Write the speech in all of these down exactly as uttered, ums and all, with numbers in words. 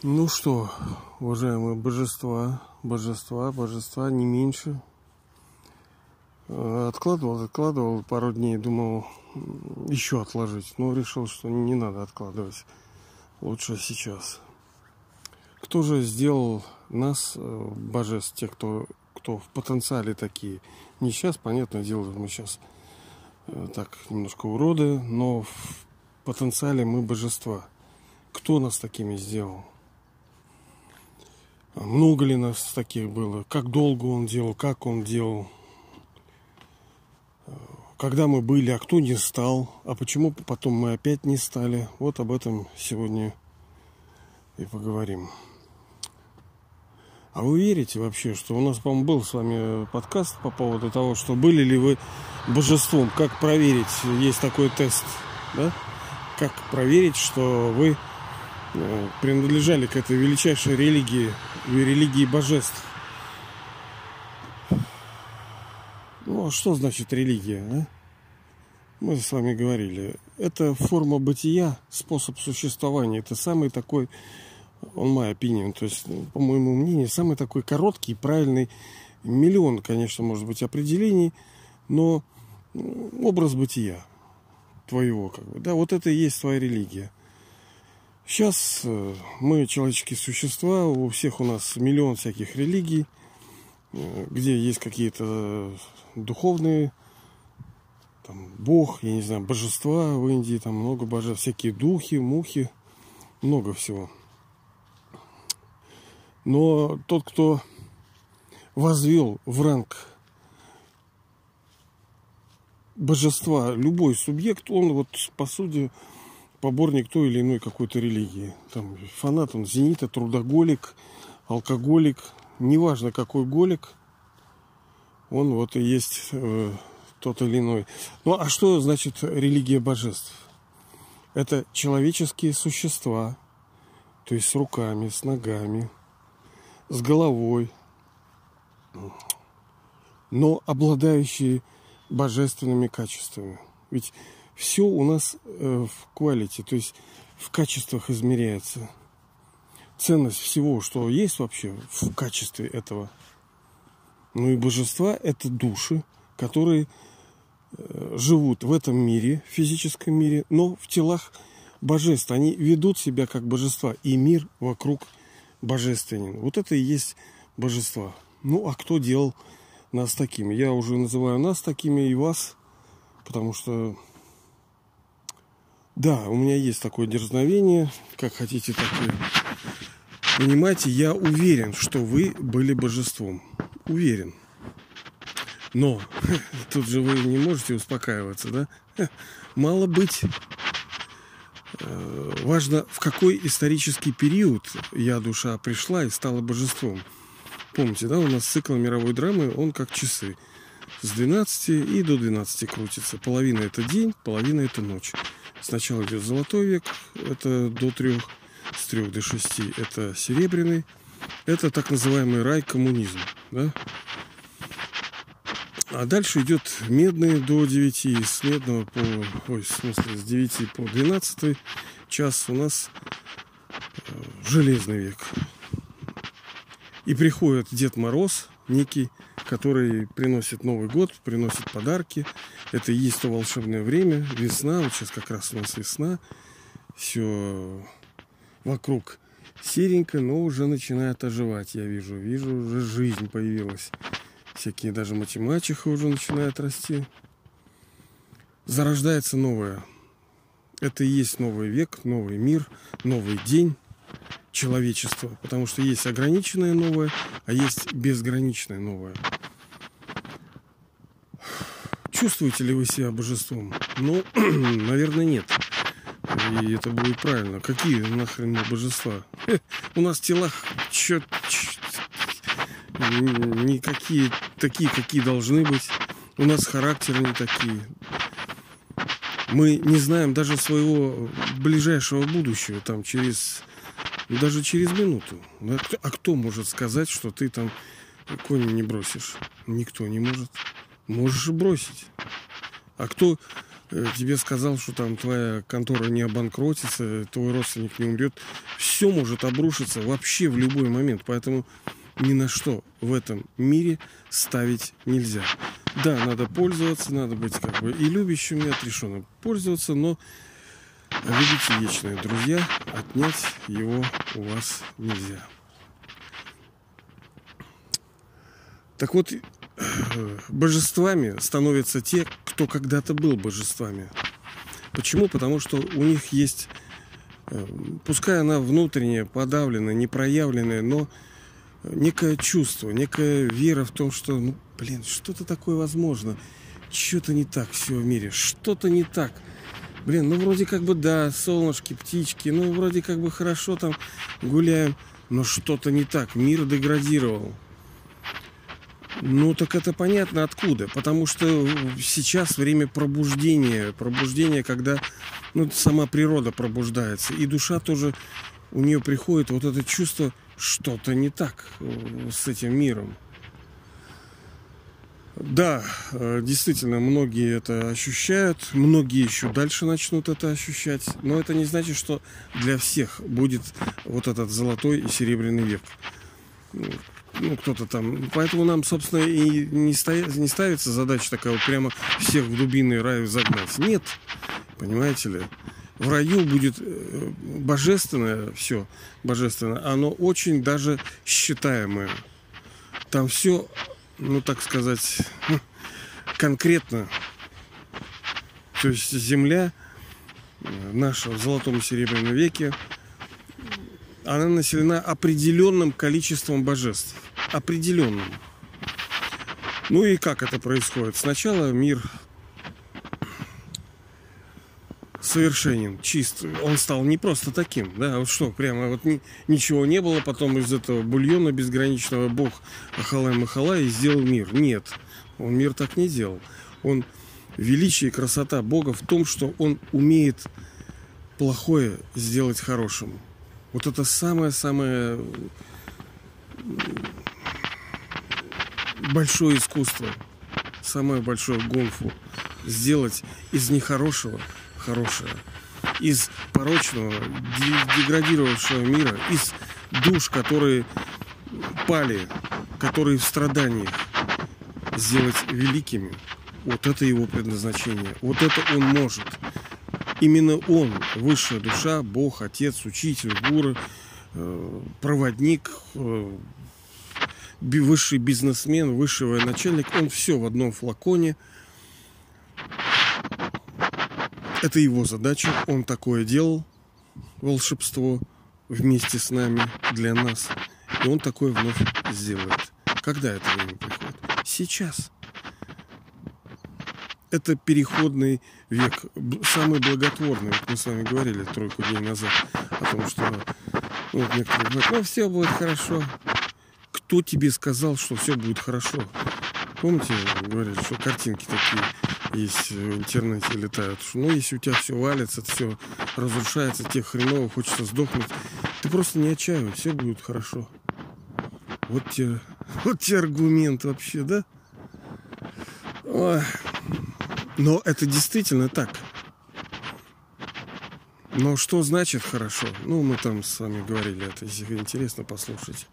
Ну что, уважаемые божества, божества, божества, не меньше. Откладывал, откладывал пару дней, думал еще отложить, но решил, что не надо откладывать. Лучше сейчас. Кто же сделал нас, божеств, те, кто, кто в потенциале такие? Не сейчас, понятное дело, мы сейчас так немножко уроды, но в потенциале мы божества. Кто нас такими сделал? Много ли нас таких было? Как долго он делал? Как он делал? Когда мы были, а кто не стал? А почему потом мы опять не стали? Вот об этом сегодня и поговорим. А вы верите вообще, что у нас, по-моему, был с вами подкаст по поводу того, что были ли вы божеством? Как проверить? Есть такой тест, да? Как проверить, что вы принадлежали к этой величайшей религии, религии божеств? Ну, а что значит религия, а? Мы с вами говорили. Это форма бытия, способ существования. Это самый такой, on my opinion, то есть, по моему мнению, самый такой короткий, правильный, миллион, конечно, может быть, определений, но образ бытия твоего, как бы, да, вот это и есть твоя религия. Сейчас мы человеческие существа, у всех у нас миллион всяких религий, где есть какие-то духовные, там, Бог, я не знаю, божества в Индии, там много божеств, всякие духи, мухи, много всего. Но тот, кто возвел в ранг божества любой субъект, он вот по сути поборник той или иной какой-то религии. Там фанат он Зенита, трудоголик, алкоголик, неважно какой голик, он вот и есть э, тот или иной. Ну а что значит религия божеств? Это человеческие существа, то есть с руками, с ногами, с головой, но обладающие божественными качествами. Ведь все у нас э, в quality, то есть в качествах измеряется. Ценность всего, что есть вообще в качестве этого. Ну и божества – это души, которые э, живут в этом мире, в физическом мире, но в телах божеств. Они ведут себя как божества, и мир вокруг божественен. Вот это и есть божества. Ну а кто делал нас такими? Я уже называю нас такими и вас, потому что... Да, у меня есть такое дерзновение, как хотите, так и понимаете, я уверен, что вы были божеством. Уверен. Но тут же вы не можете успокаиваться, да? Мало быть. Важно, в какой исторический период я, душа, пришла и стала божеством. Помните, да, у нас цикл мировой драмы, он как часы. С двенадцати и до двенадцати крутится. Половина это день, половина это ночь. Сначала идет золотой век, это до трех, с трех до шести это серебряный, это так называемый рай, коммунизм, да? А дальше идет медный до девяти, с медного по, ой, в смысле, с девяти по двенадцатый час у нас железный век. И приходит Дед Мороз некий, который приносит Новый год, приносит подарки. Это и есть то волшебное время, весна. Вот сейчас как раз у нас весна. Все вокруг серенько, но уже начинает оживать. Я вижу, вижу, уже жизнь появилась. Всякие даже математиха уже начинает расти. Зарождается новое. Это и есть новый век, новый мир, новый день человечества. Потому что есть ограниченное новое, а есть безграничное новое. Чувствуете ли вы себя божеством? Ну, наверное, нет. И это будет правильно. Какие нахрен мы божества? У нас в телах чё, чё, никакие такие, какие должны быть. У нас характеры не такие. Мы не знаем даже своего ближайшего будущего, там через, даже через минуту. А кто может сказать, что ты там кони не бросишь? Никто не может. Можешь бросить. А кто тебе сказал, что там твоя контора не обанкротится, твой родственник не умрет. Все может обрушиться вообще в любой момент. Поэтому ни на что в этом мире ставить нельзя. Да, надо пользоваться, надо быть как бы и любящим, и отрешенным пользоваться, но любите вечные друзья, отнять его у вас нельзя. Так вот, божествами становятся те, кто когда-то был божествами. Почему? Потому что у них есть, пускай она внутренняя, подавленная, непроявленная, но некое чувство, некая вера в том, что, ну, блин, что-то такое возможно. Что-то не так все в мире, что-то не так. Блин, ну вроде как бы да, солнышки, птички, ну вроде как бы хорошо там гуляем, но что-то не так, мир деградировал. Ну так это понятно откуда, потому что сейчас время пробуждения, пробуждения, когда ну, сама природа пробуждается, и душа тоже, у нее приходит вот это чувство, что-то не так с этим миром. Да, действительно, многие это ощущают, многие еще дальше начнут это ощущать, но это не значит, что для всех будет вот этот золотой и серебряный век. Ну, кто-то там. Поэтому нам, собственно, и не, стоя... не ставится задача такая вот прямо всех в дубинный рай загнать. Нет, понимаете ли. В раю будет божественное все, божественное, оно очень даже считаемое. Там все, ну так сказать, конкретно. То есть земля наша в золотом и серебряном веке, она населена определенным количеством божеств. Определенным. Ну и как это происходит? Сначала мир совершенен, чист. Он стал не просто таким, да, вот что, прямо вот ни, ничего не было, потом из этого бульона безграничного Бог ахалай-махалай и сделал мир. Нет, он мир так не делал. Он, величие и красота Бога в том, что он умеет плохое сделать хорошим. Вот это самое-самое большое искусство, самое большое гонфу. Сделать из нехорошего хорошее, из порочного, деградировавшего мира, из душ, которые пали, которые в страданиях, сделать великими. Вот это его предназначение. Вот это он может. Именно он, высшая душа, Бог, Отец, Учитель, Гуру, проводник, высший бизнесмен, высший военачальник. Он все в одном флаконе. Это его задача. Он такое делал, волшебство, вместе с нами, для нас. И он такое вновь сделает. Когда это время приходит? Сейчас. Это переходный век, самый благотворный. Вот мы с вами говорили тройку дней назад о том, что ну, вот некоторые говорят, ну все будет хорошо. Кто тебе сказал, что все будет хорошо? Помните, говорили, что картинки такие есть в интернете летают. Что, ну, если у тебя все валится, все разрушается, тебе хреново, хочется сдохнуть, ты просто не отчаивай, все будет хорошо. Вот тебе, вот тебе аргумент вообще, да? Ой. Но это действительно так. Но что значит хорошо? Ну, мы там с вами говорили это, если интересно, послушайте.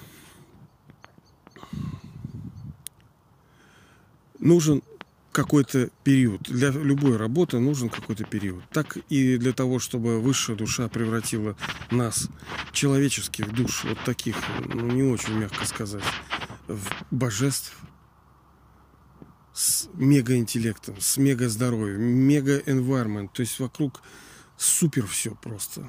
Нужен какой-то период. Для любой работы нужен какой-то период. Так и для того, чтобы высшая душа превратила нас, человеческих душ, вот таких, ну, не очень мягко сказать, в божеств, с мегаинтеллектом, с мегаздоровьем, мега-энвайрмент, то есть вокруг супер все просто.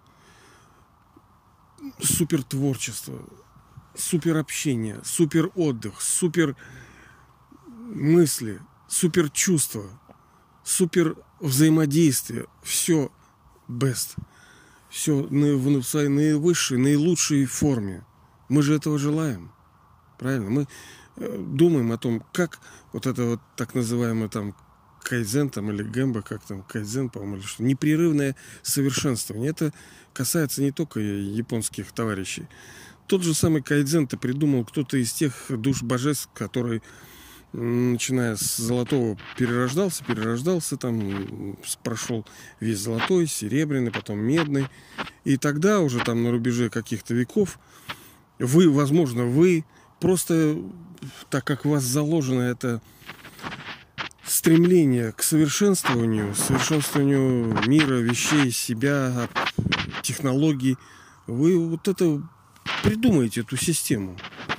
Супер творчество, супер общение, супер отдых, супер мысли, супер чувства, супер взаимодействие. Все best. Все в своей наивысшей, наилучшей форме. Мы же этого желаем. Правильно? Мы думаем о том, как вот это вот так называемое там кайдзен там, или гэмбо, как там, кайдзен, по-моему, или что, непрерывное совершенствование. Это касается не только японских товарищей. Тот же самый кайдзен-то придумал кто-то из тех душ божеств, которые начиная с золотого, перерождался, перерождался, там прошел весь золотой, серебряный, потом медный. И тогда уже там на рубеже каких-то веков вы, возможно, вы просто, так как у вас заложено это стремление к совершенствованию, совершенствованию мира, вещей, себя, технологий, вы вот это придумаете, эту систему.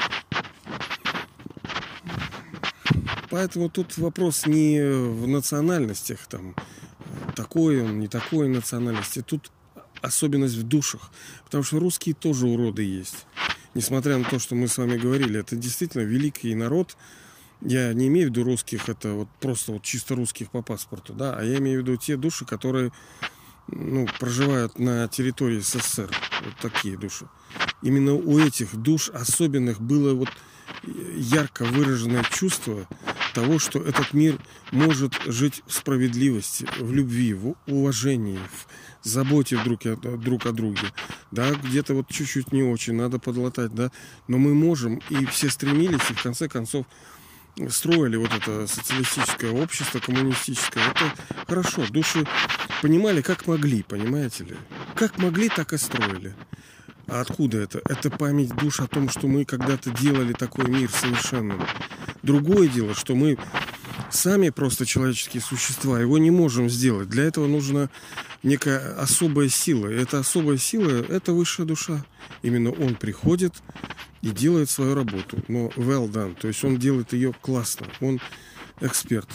Поэтому тут вопрос не в национальностях, там, такой он, не такой национальности. Тут особенность в душах. Потому что русские тоже уроды есть. Несмотря на то, что мы с вами говорили, это действительно великий народ. Я не имею в виду русских, это вот просто вот чисто русских по паспорту, да, а я имею в виду те души, которые, ну, проживают на территории СССР. Вот такие души. Именно у этих душ особенных было вот ярко выраженное чувство того, что этот мир может жить в справедливости, в любви, в уважении, в заботе друг о, друг о друге. Да, где-то вот чуть-чуть не очень, надо подлатать, да, но мы можем, и все стремились, и в конце концов строили вот это социалистическое общество, коммунистическое. Это хорошо, души понимали, как могли, понимаете ли? Как могли, так и строили. А откуда это? Это память душ о том, что мы когда-то делали такой мир совершенным. Другое дело, что мы сами просто человеческие существа, его не можем сделать. Для этого нужна некая особая сила. И эта особая сила – это высшая душа. Именно он приходит и делает свою работу. Но well done. То есть он делает ее классно. Он эксперт.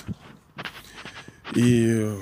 И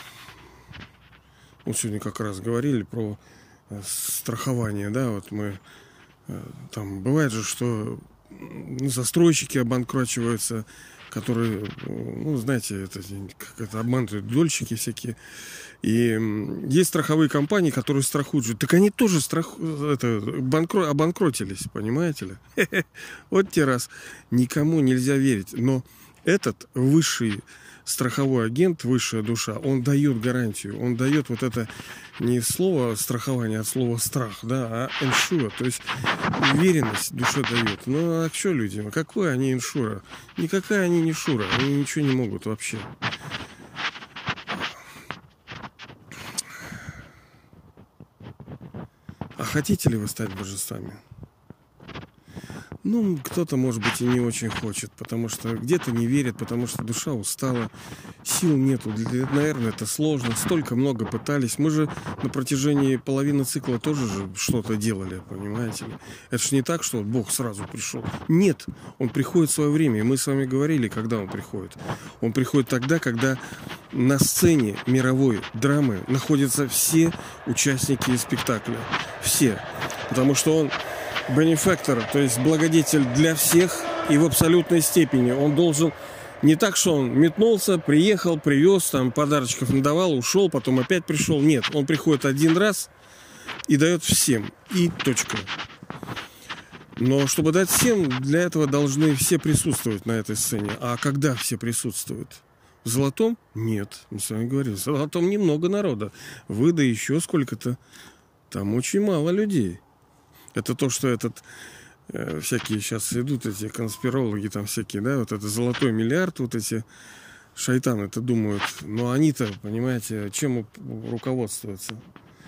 вот сегодня как раз говорили про страхование, да, вот мы там бывает же, что застройщики обанкрочиваются, которые, ну, знаете, это, как это обманывают дольщики всякие. И есть страховые компании, которые страхуют же. Так они тоже страх... это, банкро... обанкротились, понимаете ли? Вот те раз. Никому нельзя верить. Но этот высший страховой агент, высшая душа, он дает гарантию. Он дает вот это не слово страхование, а слово страх, да, а иншура. То есть уверенность душе дает. Ну, а что люди? Какой они иншура? Никакая они не шура. Они ничего не могут вообще. А хотите ли вы стать божествами? Ну, кто-то, может быть, и не очень хочет, потому что где-то не верит, потому что душа устала, сил нету. Наверное, это сложно. Столько много пытались. Мы же на протяжении половины цикла тоже же что-то делали, понимаете ли? Это же не так, что Бог сразу пришел. Нет, Он приходит в свое время. И мы с вами говорили, когда Он приходит. Он приходит тогда, когда на сцене мировой драмы находятся все участники спектакля. Все. Потому что Он бенефактор, то есть благодетель для всех и в абсолютной степени. Он должен не так, что он метнулся, приехал, привез, там подарочков надавал, ушел, потом опять пришел. Нет, он приходит один раз и дает всем. И точка. Но чтобы дать всем, для этого должны все присутствовать на этой сцене. А когда все присутствуют? В золотом? Нет. Мы с вами говорили, в золотом немного народа. Вы да еще сколько-то. Там очень мало людей. Это то, что этот э, всякие сейчас идут, эти конспирологи там всякие, да, вот это золотой миллиард, вот эти шайтаны-то думают. Но они-то, понимаете, чем руководствуются?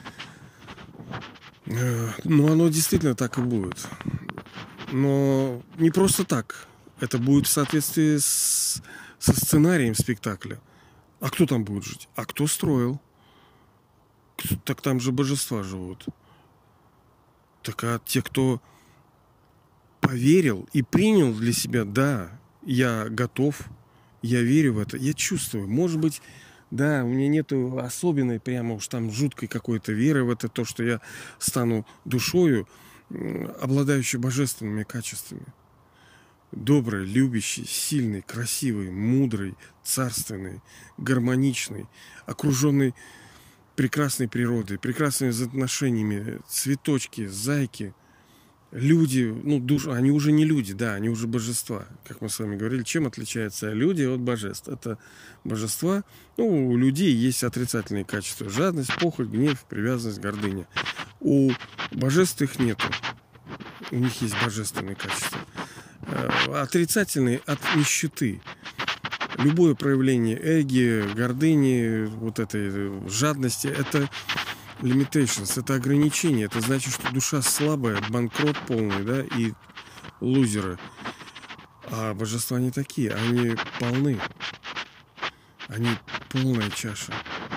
Э, ну, оно действительно так и будет. Но не просто так. Это будет в соответствии с, со сценарием спектакля. А кто там будет жить? А кто строил? Так там же божества живут. Так а те, кто поверил и принял для себя, да, я готов, я верю в это, я чувствую. Может быть, да, у меня нету особенной, прямо уж там жуткой какой-то веры в это, то, что я стану душою, обладающей божественными качествами. Добрый, любящий, сильный, красивый, мудрый, царственный, гармоничный, окруженный прекрасной природой, прекрасными отношениями, цветочки, зайки, люди, ну, душ, они уже не люди, да, они уже божества. Как мы с вами говорили, чем отличаются люди от божеств? Это божества, ну, у людей есть отрицательные качества: жадность, похоть, гнев, привязанность, гордыня. У божеств их нету. У них есть божественные качества. Отрицательный от нищеты. Любое проявление эги, гордыни, вот этой жадности, это limitations, это ограничение. Это значит, что душа слабая, банкрот полный, да, и лузеры. А божества не такие, они полны. Они полная чаша.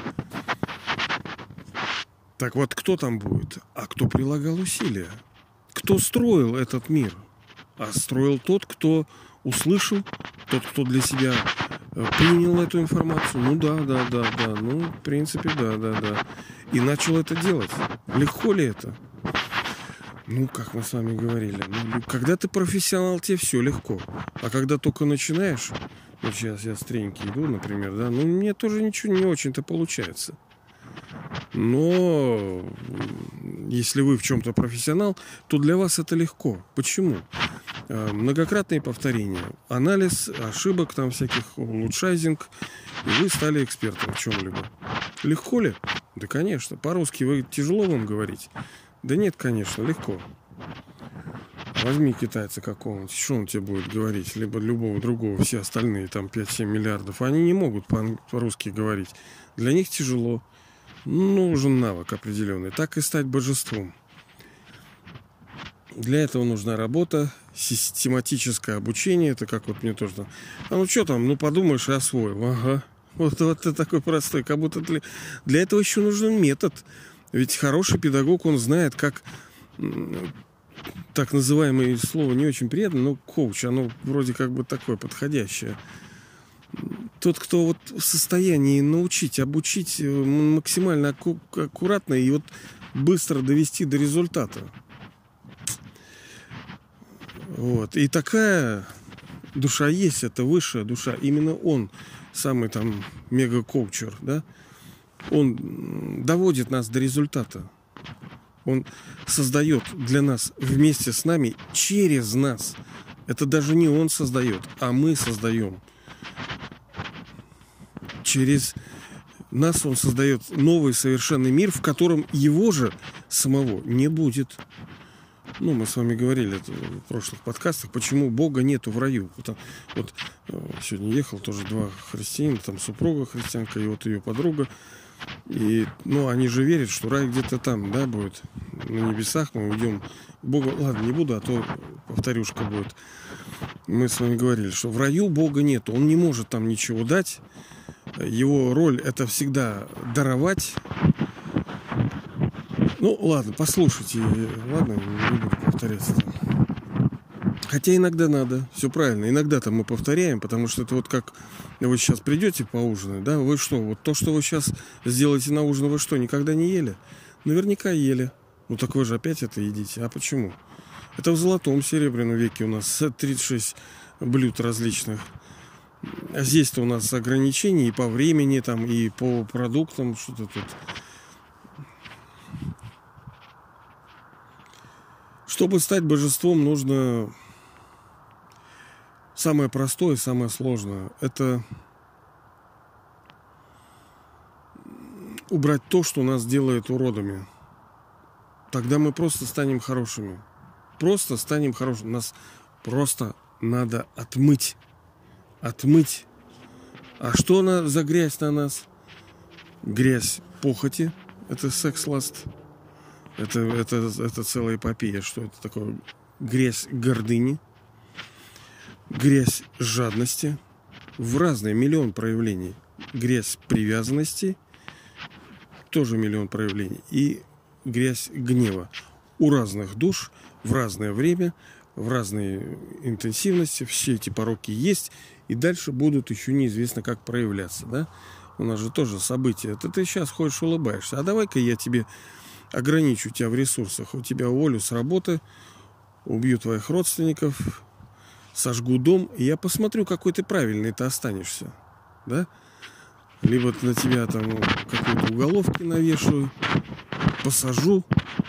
Так вот, кто там будет? А кто прилагал усилия? Кто строил этот мир? А строил тот, кто услышал, тот, кто для себя принял эту информацию. Ну да, да, да, да. Ну, в принципе, да, да, да. И начал это делать. Легко ли это? Ну, как мы с вами говорили, ну, когда ты профессионал, тебе все легко. А когда только начинаешь, вот сейчас я с треники иду, например, да, ну, мне тоже ничего не очень-то получается. Но если вы в чем-то профессионал, то для вас это легко. Почему? Многократные повторения, анализ ошибок, там всяких улучшайзинг, и вы стали экспертом в чем-либо. Легко ли? Да, конечно. По-русски вы тяжело вам говорить? Да нет, конечно, легко. Возьми китайца какого-нибудь, что он тебе будет говорить? Либо любого другого, все остальные, там пять-семь миллиардов, они не могут по-русски говорить. Для них тяжело. Нужен навык определенный. Так и стать божеством. Для этого нужна работа, систематическое обучение. Это как вот мне тоже... А ну что там, ну подумаешь и освоил. Ага. Вот, вот ты такой простой. Как будто для... для этого еще нужен метод. Ведь хороший педагог, он знает, как... Так называемое слово не очень приятно, но коуч, оно вроде как бы такое подходящее. Тот, кто вот в состоянии научить, обучить максимально аку- аккуратно и вот быстро довести до результата. Вот. И такая душа есть, это высшая душа. Именно он, самый там мега-коучер, да, он доводит нас до результата. Он создает для нас вместе с нами, через нас. Это даже не он создает, а мы создаем. Через нас он создает новый совершенный мир, в котором его же самого не будет. Ну, мы с вами говорили это в прошлых подкастах, почему Бога нету в раю. Вот, вот сегодня ехал тоже два христианина, там супруга христианка и вот ее подруга. И, ну, они же верят, что рай где-то там, да, будет. На небесах мы уйдем к Богу. Ладно, не буду, а то повторюшка будет. Мы с вами говорили, что в раю Бога нет. Он не может там ничего дать. Его роль — это всегда даровать. Ну, ладно, послушайте. Ладно, не буду повторяться. Хотя иногда надо. Все правильно. Иногда-то мы повторяем, потому что это вот как вы сейчас придете поужинать, да? Вы что, вот то, что вы сейчас сделаете на ужин, вы что, никогда не ели? Наверняка ели. Ну, так вы же опять это едите. А почему? Это в золотом, серебряном веке у нас тридцать шесть блюд различных. А здесь-то у нас ограничения и по времени, там, и по продуктам, что-то тут. Чтобы стать божеством, нужно самое простое, самое сложное. Это убрать то, что нас делает уродами. Тогда мы просто станем хорошими. Просто станем хорошими. Нас просто надо отмыть. Отмыть. А что на, за грязь на нас? Грязь похоти. Это секс-ласт. Это, это, это целая эпопея. Что это такое? Грязь гордыни. Грязь жадности. В разные миллион проявлений. Грязь привязанности. Тоже миллион проявлений. И грязь гнева. У разных душ, в разное время, в разной интенсивности. Все эти пороки есть. И дальше будут еще неизвестно как проявляться. Да? У нас же тоже события. Это ты сейчас ходишь, улыбаешься. А давай-ка я тебе ограничу тебя в ресурсах. У тебя уволю с работы, убью твоих родственников, сожгу дом. И я посмотрю, какой ты правильный ты останешься. Да? Либо на тебя там какой-то уголовки навешаю, посажу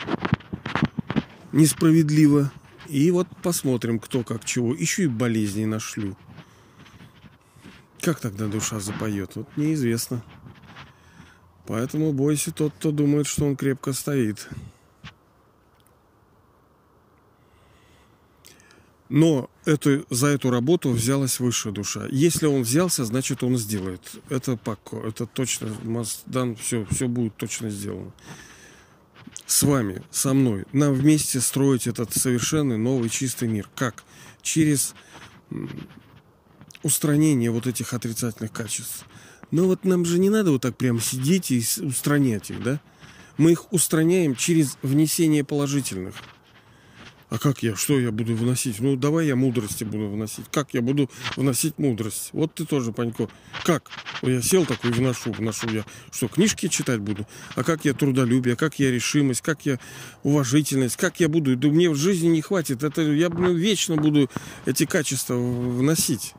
несправедливо. И вот посмотрим, кто как чего. Еще и болезни нашлю. Как тогда душа запоет? Вот неизвестно. Поэтому бойся тот, кто думает, что он крепко стоит. Но это, за эту работу взялась высшая душа. Если он взялся, значит, он сделает. Это пако, это точно, Маздан, все, все будет точно сделано. С вами, со мной, нам вместе строить этот совершенный новый чистый мир. Как? Через устранение вот этих отрицательных качеств. Но вот нам же не надо вот так прям сидеть и устранять их, да? Мы их устраняем через внесение положительных. А как я, что я буду вносить? Ну, давай я мудрости буду вносить. Как я буду вносить мудрость? Вот ты тоже, Панько. Как? Я сел такой и вношу, вношу. Я что, книжки читать буду? А как я трудолюбие? Как я решимость? Как я уважительность? Как я буду? Да мне в жизни не хватит. Это я, блин, вечно буду эти качества вносить.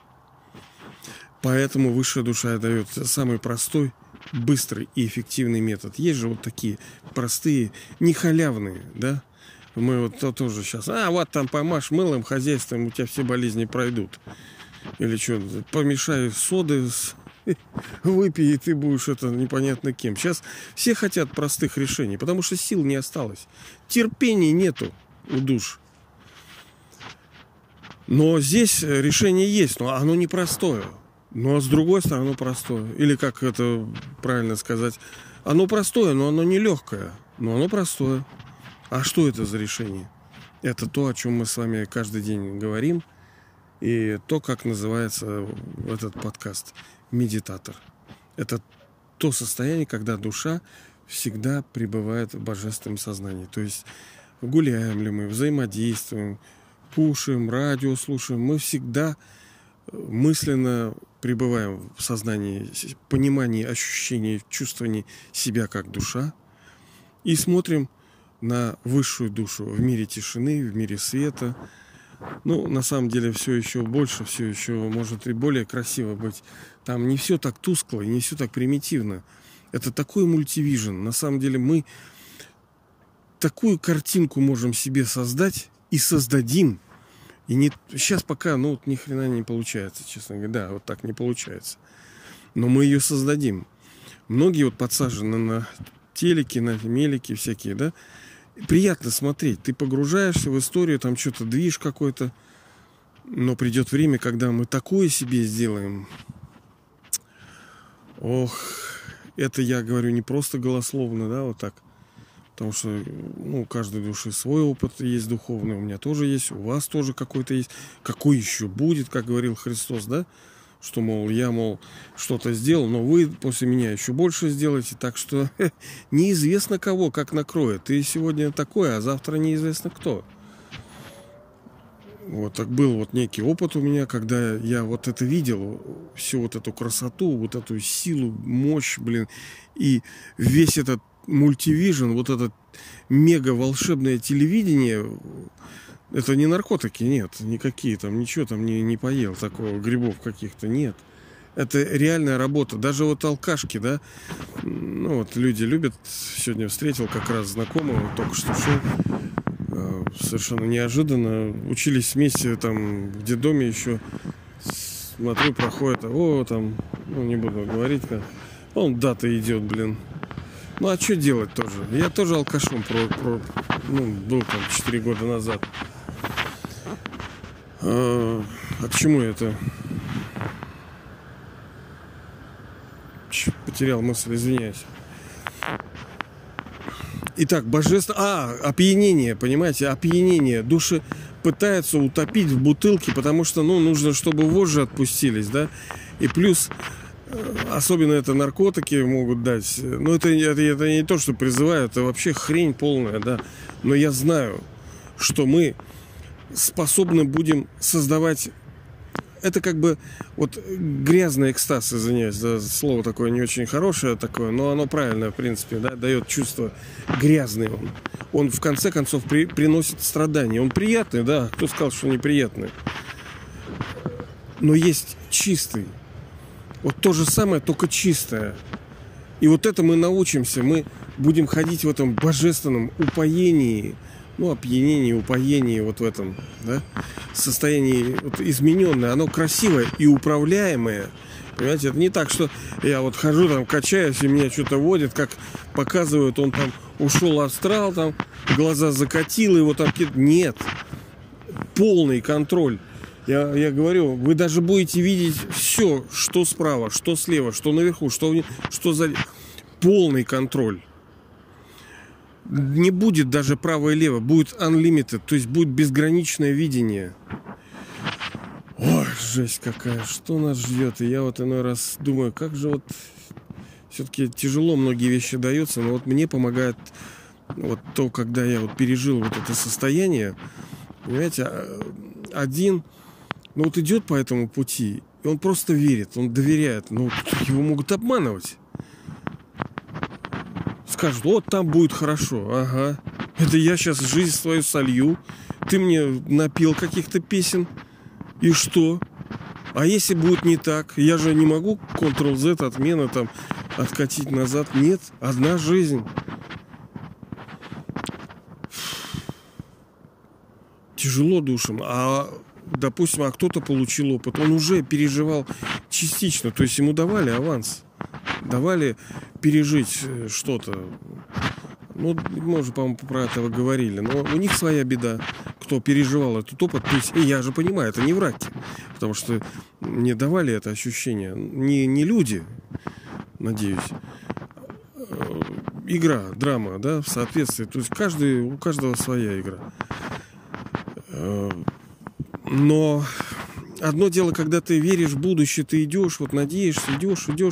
Поэтому высшая душа дает самый простой, быстрый и эффективный метод. Есть же вот такие простые, не халявные, да? Мы вот то тоже сейчас, а вот там помажь мылом, хозяйством, у тебя все болезни пройдут. Или что, помешай соды, выпей, и ты будешь это непонятно кем. Сейчас все хотят простых решений, потому что сил не осталось. Терпения нету у душ. Но здесь решение есть, но оно непростое. Но с другой стороны простое. Или как это правильно сказать, оно простое, но оно не легкое. Но оно простое. А что это за решение? Это то, о чем мы с вами каждый день говорим. И то, как называется этот подкаст. Медитатор. Это то состояние, когда душа всегда пребывает в божественном сознании. То есть гуляем ли мы, взаимодействуем, кушаем, радио слушаем. Мы всегда мысленно пребываем в сознании, понимании, ощущении, чувствовании себя как душа. И смотрим на высшую душу в мире тишины, в мире света. Ну, на самом деле, все еще больше, все еще может и более красиво быть. Там не все так тускло, не все так примитивно. Это такой мультивижн. На самом деле, мы такую картинку можем себе создать и создадим. И не, сейчас пока, ну, вот, ни хрена не получается, честно говоря. Да, вот так не получается. Но мы ее создадим. Многие вот подсажены на телеки, на мелики всякие, да. Приятно смотреть. Ты погружаешься в историю, там что-то движ какой-то. Но придет время, когда мы такое себе сделаем. Ох, это я говорю не просто голословно, да, вот так. Потому что, ну, у каждой души свой опыт есть духовный. У меня тоже есть, у вас тоже какой-то есть. Какой еще будет, как говорил Христос, да? Что, мол, я, мол, что-то сделал, но вы после меня еще больше сделаете. Так что хе, неизвестно кого, как накроет. Ты сегодня такой, а завтра неизвестно кто. Вот так был вот некий опыт у меня, когда я вот это видел, всю вот эту красоту, вот эту силу, мощь, блин, и весь этот мультивижн, вот это мега волшебное телевидение. Это не наркотики, нет, никакие там, ничего там не, не поел, такого, грибов каких-то, нет. Это реальная работа. Даже вот алкашки, да, ну вот люди любят, сегодня встретил как раз знакомого, только что шел, совершенно неожиданно, учились вместе там в детдоме еще, смотрю, проходит, о, там, ну не буду говорить, как, он дата идет, блин. Ну а что делать тоже? Я тоже алкашом про, про, ну, был там четыре года назад. А, а к чему это? Ч, потерял мысль, извиняюсь. Итак, божество... А, опьянение, понимаете? Опьянение. Души пытаются утопить в бутылке, потому что, ну, нужно, чтобы вожжи отпустились, да? И плюс... Особенно это наркотики могут дать. Но это, это, это не то, что призываю, это вообще хрень полная, да. Но я знаю, что мы способны будем создавать... Это как бы вот грязный экстаз, извиняюсь, за слово такое не очень хорошее такое, но оно правильное, в принципе, да, дает чувство грязный он. Он в конце концов при, приносит страдания. Он приятный, да, кто сказал, что неприятный. Но есть чистый. Вот то же самое, только чистое. И вот это мы научимся. Мы будем ходить в этом божественном упоении, ну, опьянении, упоении, вот в этом, да, состоянии вот, измененное. Оно красивое и управляемое. Понимаете, это не так, что я вот хожу там, качаюсь, и меня что-то водит, как показывают, он там ушел в астрал, там, глаза закатил, его там... Нет. полный контроль. Я, я говорю, вы даже будете видеть все, что справа, что слева, что наверху, что, что за... Полный контроль. Не будет даже право и лево, будет unlimited, то есть будет безграничное видение. Ой, жесть какая, что нас ждет. И я вот иной раз думаю, как же вот все-таки тяжело многие вещи даются, но вот мне помогает вот то, когда я вот пережил вот это состояние. Понимаете, один, ну вот идет по этому пути, и он просто верит, он доверяет, но его могут обманывать. Скажут, вот там будет хорошо, ага. Это я сейчас жизнь свою солью, ты мне напел каких-то песен, и что? А если будет не так? Я же не могу контрол-зет, отмена, там, откатить назад. Нет, одна жизнь. Тяжело душам. А, допустим, а кто-то получил опыт. Он уже переживал частично. То есть ему давали аванс. Давали пережить что-то. Ну, мы уже, по-моему, про это говорили. Но у них своя беда, кто переживал этот опыт. То есть, и я же понимаю, это не враки. Потому что мне давали это ощущение. Не, не люди, надеюсь. Игра, драма, да, в соответствии. То есть каждый, у каждого своя игра. Но одно дело, когда ты веришь в будущее, ты идешь, вот надеешься, идешь, идешь.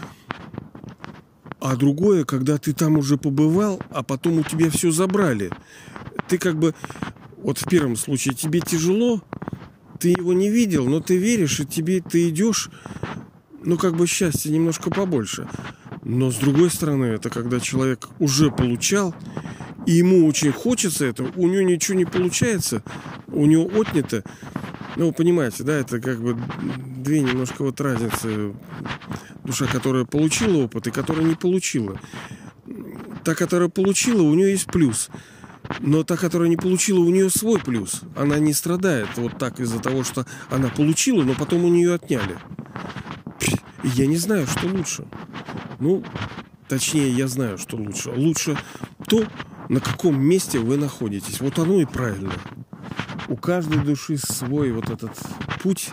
А другое, когда ты там уже побывал, а потом у тебя все забрали. Ты как бы, вот в первом случае, тебе тяжело, ты его не видел, но ты веришь, и тебе ты идешь, ну как бы счастье немножко побольше. Но с другой стороны, это когда человек уже получал, и ему очень хочется этого, у него ничего не получается, у него отнято. Ну, вы понимаете, да, это как бы две немножко вот разницы. Душа, которая получила опыт и которая не получила. Та, которая получила, у нее есть плюс. Но та, которая не получила, у нее свой плюс. Она не страдает вот так из-за того, что она получила, но потом у нее отняли. И я не знаю, что лучше. Ну, точнее, я знаю, что лучше. Лучше то, на каком месте вы находитесь. Вот оно и правильно. У каждой души свой вот этот путь.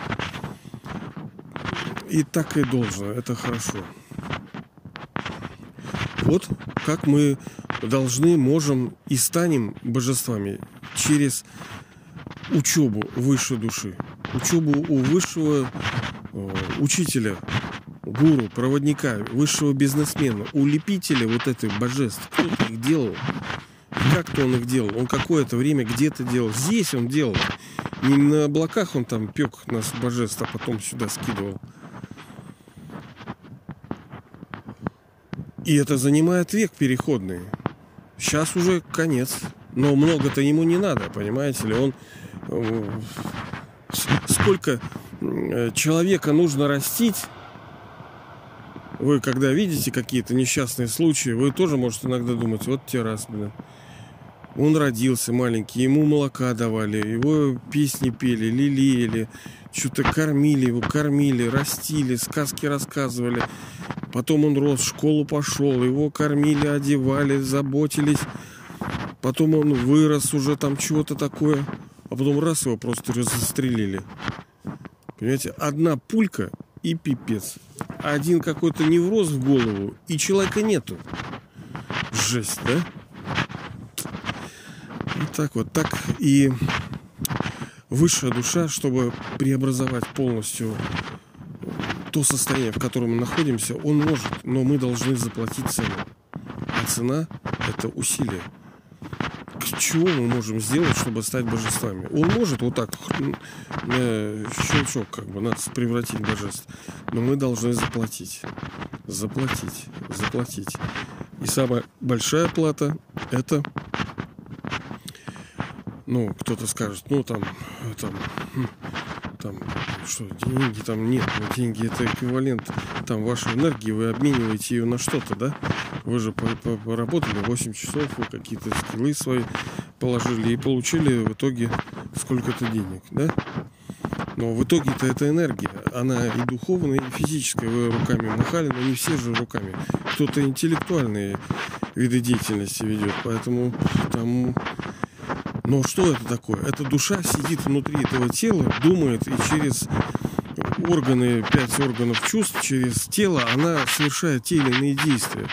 И так и должно. Это хорошо. Вот как мы должны, можем и станем божествами через учебу высшей души. Учебу у высшего э, учителя, гуру, проводника, высшего бизнесмена, у лепителя вот этих божеств. Кто-то их делал. Как-то он их делал. Он какое-то время где-то делал. Здесь он делал. Не на облаках он там пек нас божеств, а потом сюда скидывал. И это занимает век переходный. Сейчас уже конец. Но много-то ему не надо, понимаете ли. Он... Сколько человека нужно растить. Вы когда видите какие-то несчастные случаи, вы тоже можете иногда думать, вот те раз, блин. Он родился маленький, ему молока давали, его песни пели, лелеяли, что-то кормили его, кормили, растили, сказки рассказывали. Потом он рос, в школу пошел, его кормили, одевали, заботились. Потом он вырос уже там чего-то такое. А потом раз его просто застрелили. Понимаете, одна пулька и пипец. Один какой-то невроз в голову, и человека нету. Жесть, да? Вот так вот. Так и высшая душа, чтобы преобразовать полностью то состояние, в котором мы находимся, он может, но мы должны заплатить цену. А цена – это усилие. Чего мы можем сделать, чтобы стать божествами? Он может вот так э, щелчок как бы нас превратить в божеств, но мы должны заплатить, заплатить, заплатить. И самая большая плата – это, ну, кто-то скажет, ну, там, там, там, что, деньги там нет, деньги – это эквивалент там вашей энергии, вы обмениваете ее на что-то, да? Вы же поработали восемь часов, вы какие-то скиллы свои положили и получили в итоге сколько-то денег, да? Но в итоге-то это энергия. Она и духовная, и физическая. Вы руками махали, но не все же руками. Кто-то интеллектуальные виды деятельности ведет. Поэтому там Но что это такое? Эта душа сидит внутри этого тела, думает, и через органы, пять органов чувств, через тело она совершает те или иные действия.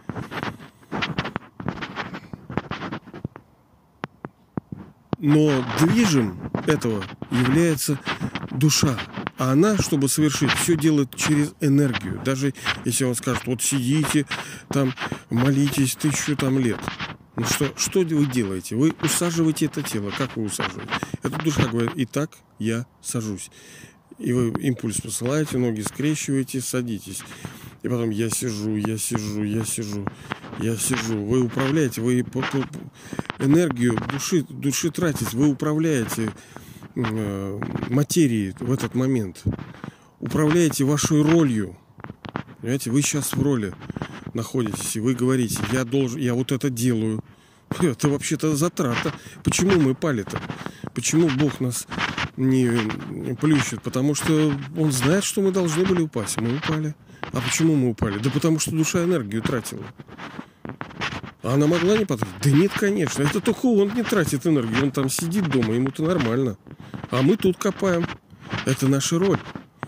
Но движем этого является душа. А она, чтобы совершить, все делает через энергию. Даже если он скажет, вот сидите, там, молитесь тысячу там лет. Ну что, что вы делаете? Вы усаживаете это тело. Как вы усаживаете? Эта душа говорит, итак, я сажусь. И вы импульс посылаете, ноги скрещиваете, садитесь. И потом я сижу, я сижу, я сижу, я сижу. Вы управляете, вы энергию души, души тратите, вы управляете э, материей в этот момент. Управляете вашей ролью. Понимаете, вы сейчас в роли находитесь, и вы говорите, я должен, я вот это делаю. Это вообще-то затрата. Почему мы пали-то? Почему Бог нас не плющит? Потому что Он знает, что мы должны были упасть. Мы упали. А почему мы упали? Да потому что душа энергию тратила. А она могла не потратить? Да нет, конечно. Это только он не тратит энергию. Он там сидит дома, ему-то нормально. А мы тут копаем. Это наша роль.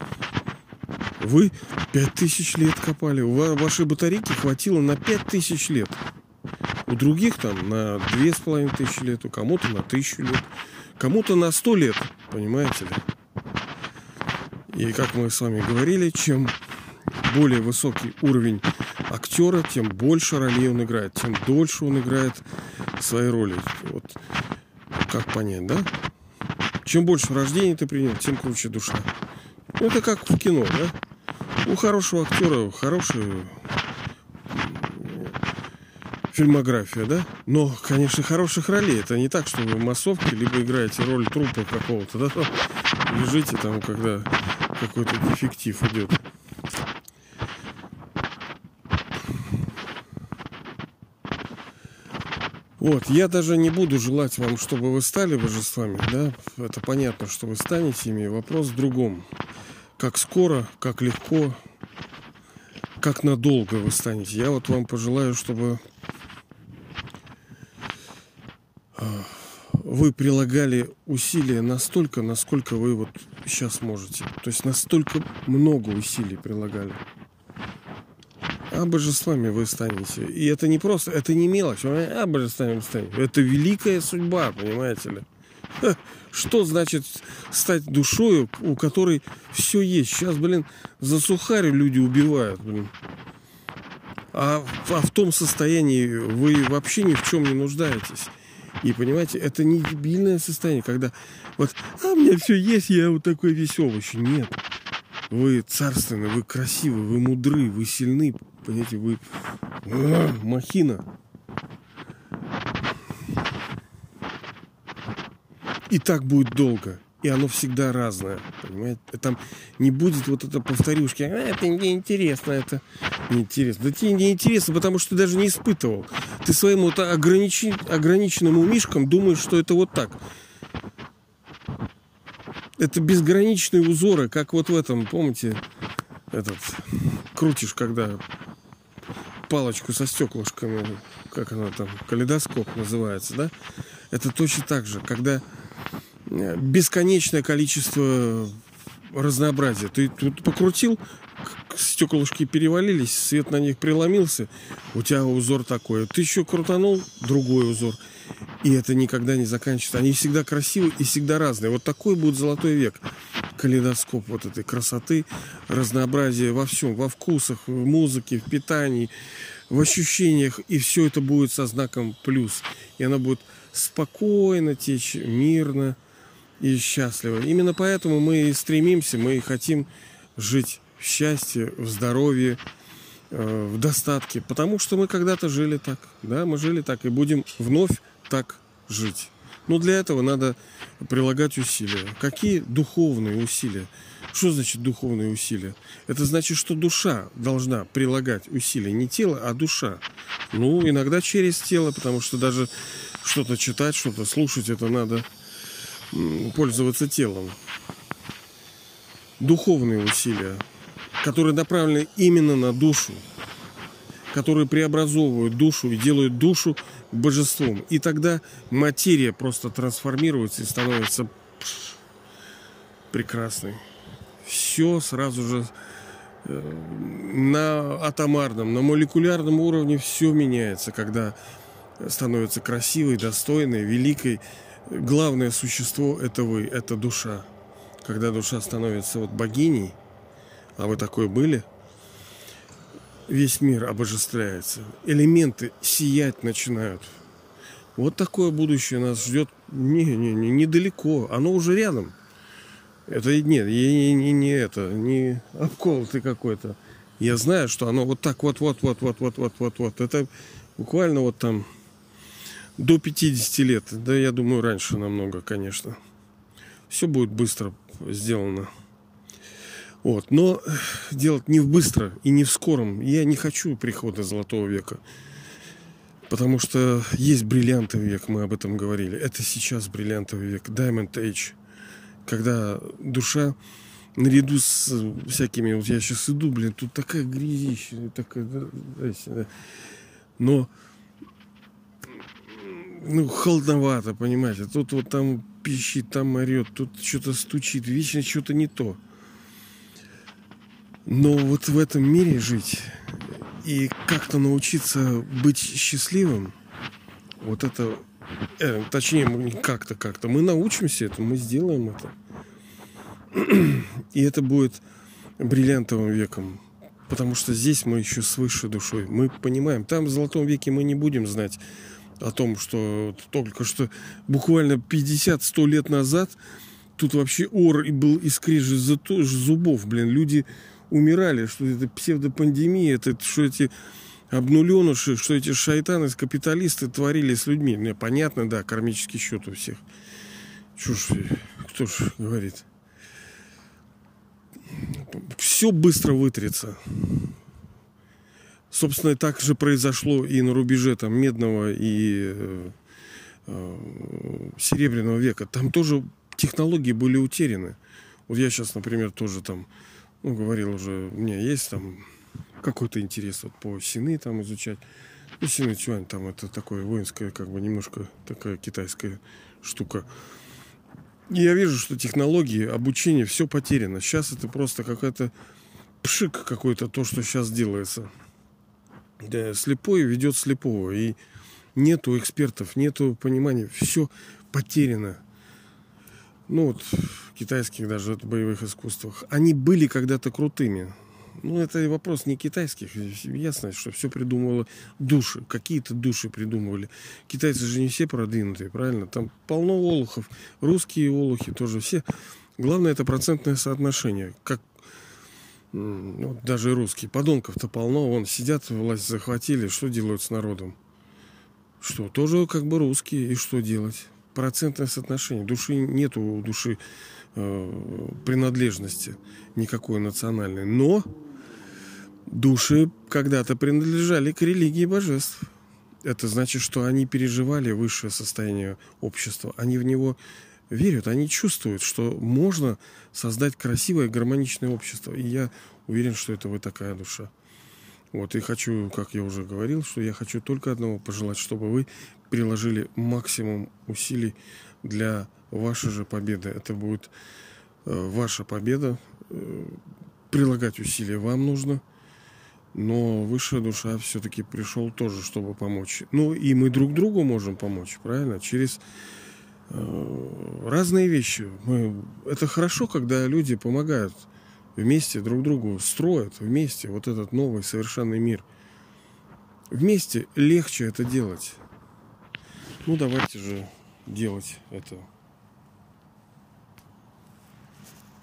Вы пять тысяч лет копали. У вашей батарейки хватило на пять тысяч лет. У других там на две с половиной тысячи лет. У кому-то на тысячу лет. Кому-то на сто лет. Понимаете ли? И как мы с вами говорили, чем более высокий уровень актера, тем больше ролей он играет. Тем дольше он играет свои роли. Вот как понять, да? Чем больше рождений ты принял, тем круче душа. Ну, это как в кино, да? У хорошего актера хорошая фильмография, да? Но, конечно, хороших ролей. Это не так, что вы в массовке либо играете роль трупа какого-то, да? Лежите там, когда какой-то дефектив идет. Вот, я даже не буду желать вам, чтобы вы стали божествами, да? Это понятно, что вы станете ими. Вопрос в другом. Как скоро, как легко, как надолго вы станете. Я вот вам пожелаю, чтобы вы прилагали усилия настолько, насколько вы вот сейчас можете. То есть настолько много усилий прилагали. А божествами вы станете. И это не просто, это не мелочь. А божествами станете. Это великая судьба, понимаете ли. Ха, что значит стать душою, у которой все есть? Сейчас, блин, за сухарь люди убивают, блин. А, а в том состоянии вы вообще ни в чем не нуждаетесь. И понимаете, это не дебильное состояние, когда вот, а у меня все есть, я вот такой весь овощ. Нет. Вы царственны, вы красивы, вы мудры, вы сильны. Понимаете, вы а, махина. И так будет долго. И оно всегда разное. Понимаете? Там не будет вот это повторюшки. А, это неинтересно, это неинтересно. Да тебе неинтересно, потому что ты даже не испытывал. Ты своим вот ограничен... ограниченным умишкам думаешь, что это вот так. Это безграничные узоры, как вот в этом, помните, этот крутишь, когда палочку со стеклышками, как она там, калейдоскоп называется, да? Это точно так же, когда бесконечное количество разнообразия. Ты тут покрутил, стеклышки перевалились, свет на них преломился, у тебя узор такой. Ты еще крутанул, другой узор. И это никогда не заканчивается. Они всегда красивые и всегда разные. Вот такой будет золотой век. Калейдоскоп вот этой красоты, разнообразия во всем, во вкусах, в музыке, в питании, в ощущениях. И все это будет со знаком плюс. И она будет спокойно течь, мирно и счастливо. Именно поэтому мы и стремимся, мы и хотим жить в счастье, в здоровье, в достатке. Потому что мы когда-то жили так. Да, мы жили так и будем вновь так жить. Но для этого надо прилагать усилия. Какие духовные усилия? Что значит духовные усилия? Это значит, что душа должна прилагать усилия. Не тело, а душа. Ну, иногда через тело, потому что даже что-то читать, что-то слушать, это надо пользоваться телом. Духовные усилия, которые направлены именно на душу. которые преобразовывают душу и делают душу божеством. И тогда материя просто трансформируется и становится прекрасной. Все сразу же на атомарном, на молекулярном уровне все меняется, когда становится красивой, достойной, великой. Главное существо – это вы, это душа. Когда душа становится вот богиней, а вы такой были, весь мир обожествляется. Элементы сиять начинают. Вот такое будущее нас ждет не, не, не, недалеко. Оно уже рядом. Это нет, не, не, не это, не обколотый какой-то. Я знаю, что оно вот так вот, вот, вот, вот, вот, вот, вот, вот. Это буквально вот там до пятидесяти лет. Да, я думаю, раньше намного, конечно. Все будет быстро сделано. Вот. Но делать не в быстро и не в скором. Я не хочу прихода Золотого века. Потому что есть бриллиантовый век, мы об этом говорили. Это сейчас бриллиантовый век, Diamond Age. Когда душа наряду с всякими... Вот я сейчас иду, блин, тут такая грязища, такая... Но... Ну, холодновато, понимаете. Тут вот там пищит, там орет, тут что-то стучит. Вечно что-то не то. Но вот в этом мире жить и как-то научиться быть счастливым, вот это... Э, точнее, мы как-то, как-то. Мы научимся этому, мы сделаем это. И это будет бриллиантовым веком. Потому что здесь мы еще с высшей душой. Мы понимаем, там в Золотом веке мы не будем знать о том, что только что буквально пятьдесят-сто лет назад тут вообще ор и был и скрежет зубов, блин, люди умирали, что это псевдопандемия, это, что эти обнуленыши, что эти шайтаны, капиталисты творили с людьми. Мне понятно, да, кармический счет у всех. Чушь, кто ж говорит. Все быстро вытрется. Собственно, так же произошло и на рубеже там, Медного и э, э, Серебряного века. Там тоже технологии были утеряны. Вот я сейчас, например, тоже там, ну, говорил уже, у меня есть там какой-то интерес вот по Сины там изучать. Ну, Сины Цюань, там это такое воинское, как бы немножко такая китайская штука. И я вижу, что технологии, обучение, все потеряно. Сейчас это просто какая-то пшик какой-то, то, что сейчас делается. Да, слепой ведет слепого. И нету экспертов, нету понимания. Все потеряно. Ну вот, в китайских даже боевых искусствах. Они были когда-то крутыми. Ну, это вопрос не китайских. Ясно, что все придумывало души. Какие-то души придумывали. Китайцы же не все продвинутые, правильно? Там полно олухов. Русские олухи тоже все. Главное, это процентное соотношение. Как вот даже русские. Подонков-то полно. Вон сидят, власть захватили. Что делают с народом? Что? Тоже как бы русские. И что делать? Процентное соотношение. Души нету у души э, принадлежности никакой национальной. Но души когда-то принадлежали к религии божеств. Это значит, что они переживали высшее состояние общества. Они в него верят, они чувствуют, что можно создать красивое, гармоничное общество. И я уверен, что это вы такая душа. Вот, и хочу, как я уже говорил, что я хочу только одного пожелать, чтобы вы приложили максимум усилий для вашей же победы. Это будет э, ваша победа. Э, прилагать усилия вам нужно. Но высшая душа все-таки пришел тоже, чтобы помочь. Ну, и мы друг другу можем помочь, правильно? Через э, разные вещи. Мы... Это хорошо, когда люди помогают вместе друг другу, строят вместе вот этот новый совершенный мир. Вместе легче это делать. Ну, давайте же делать это.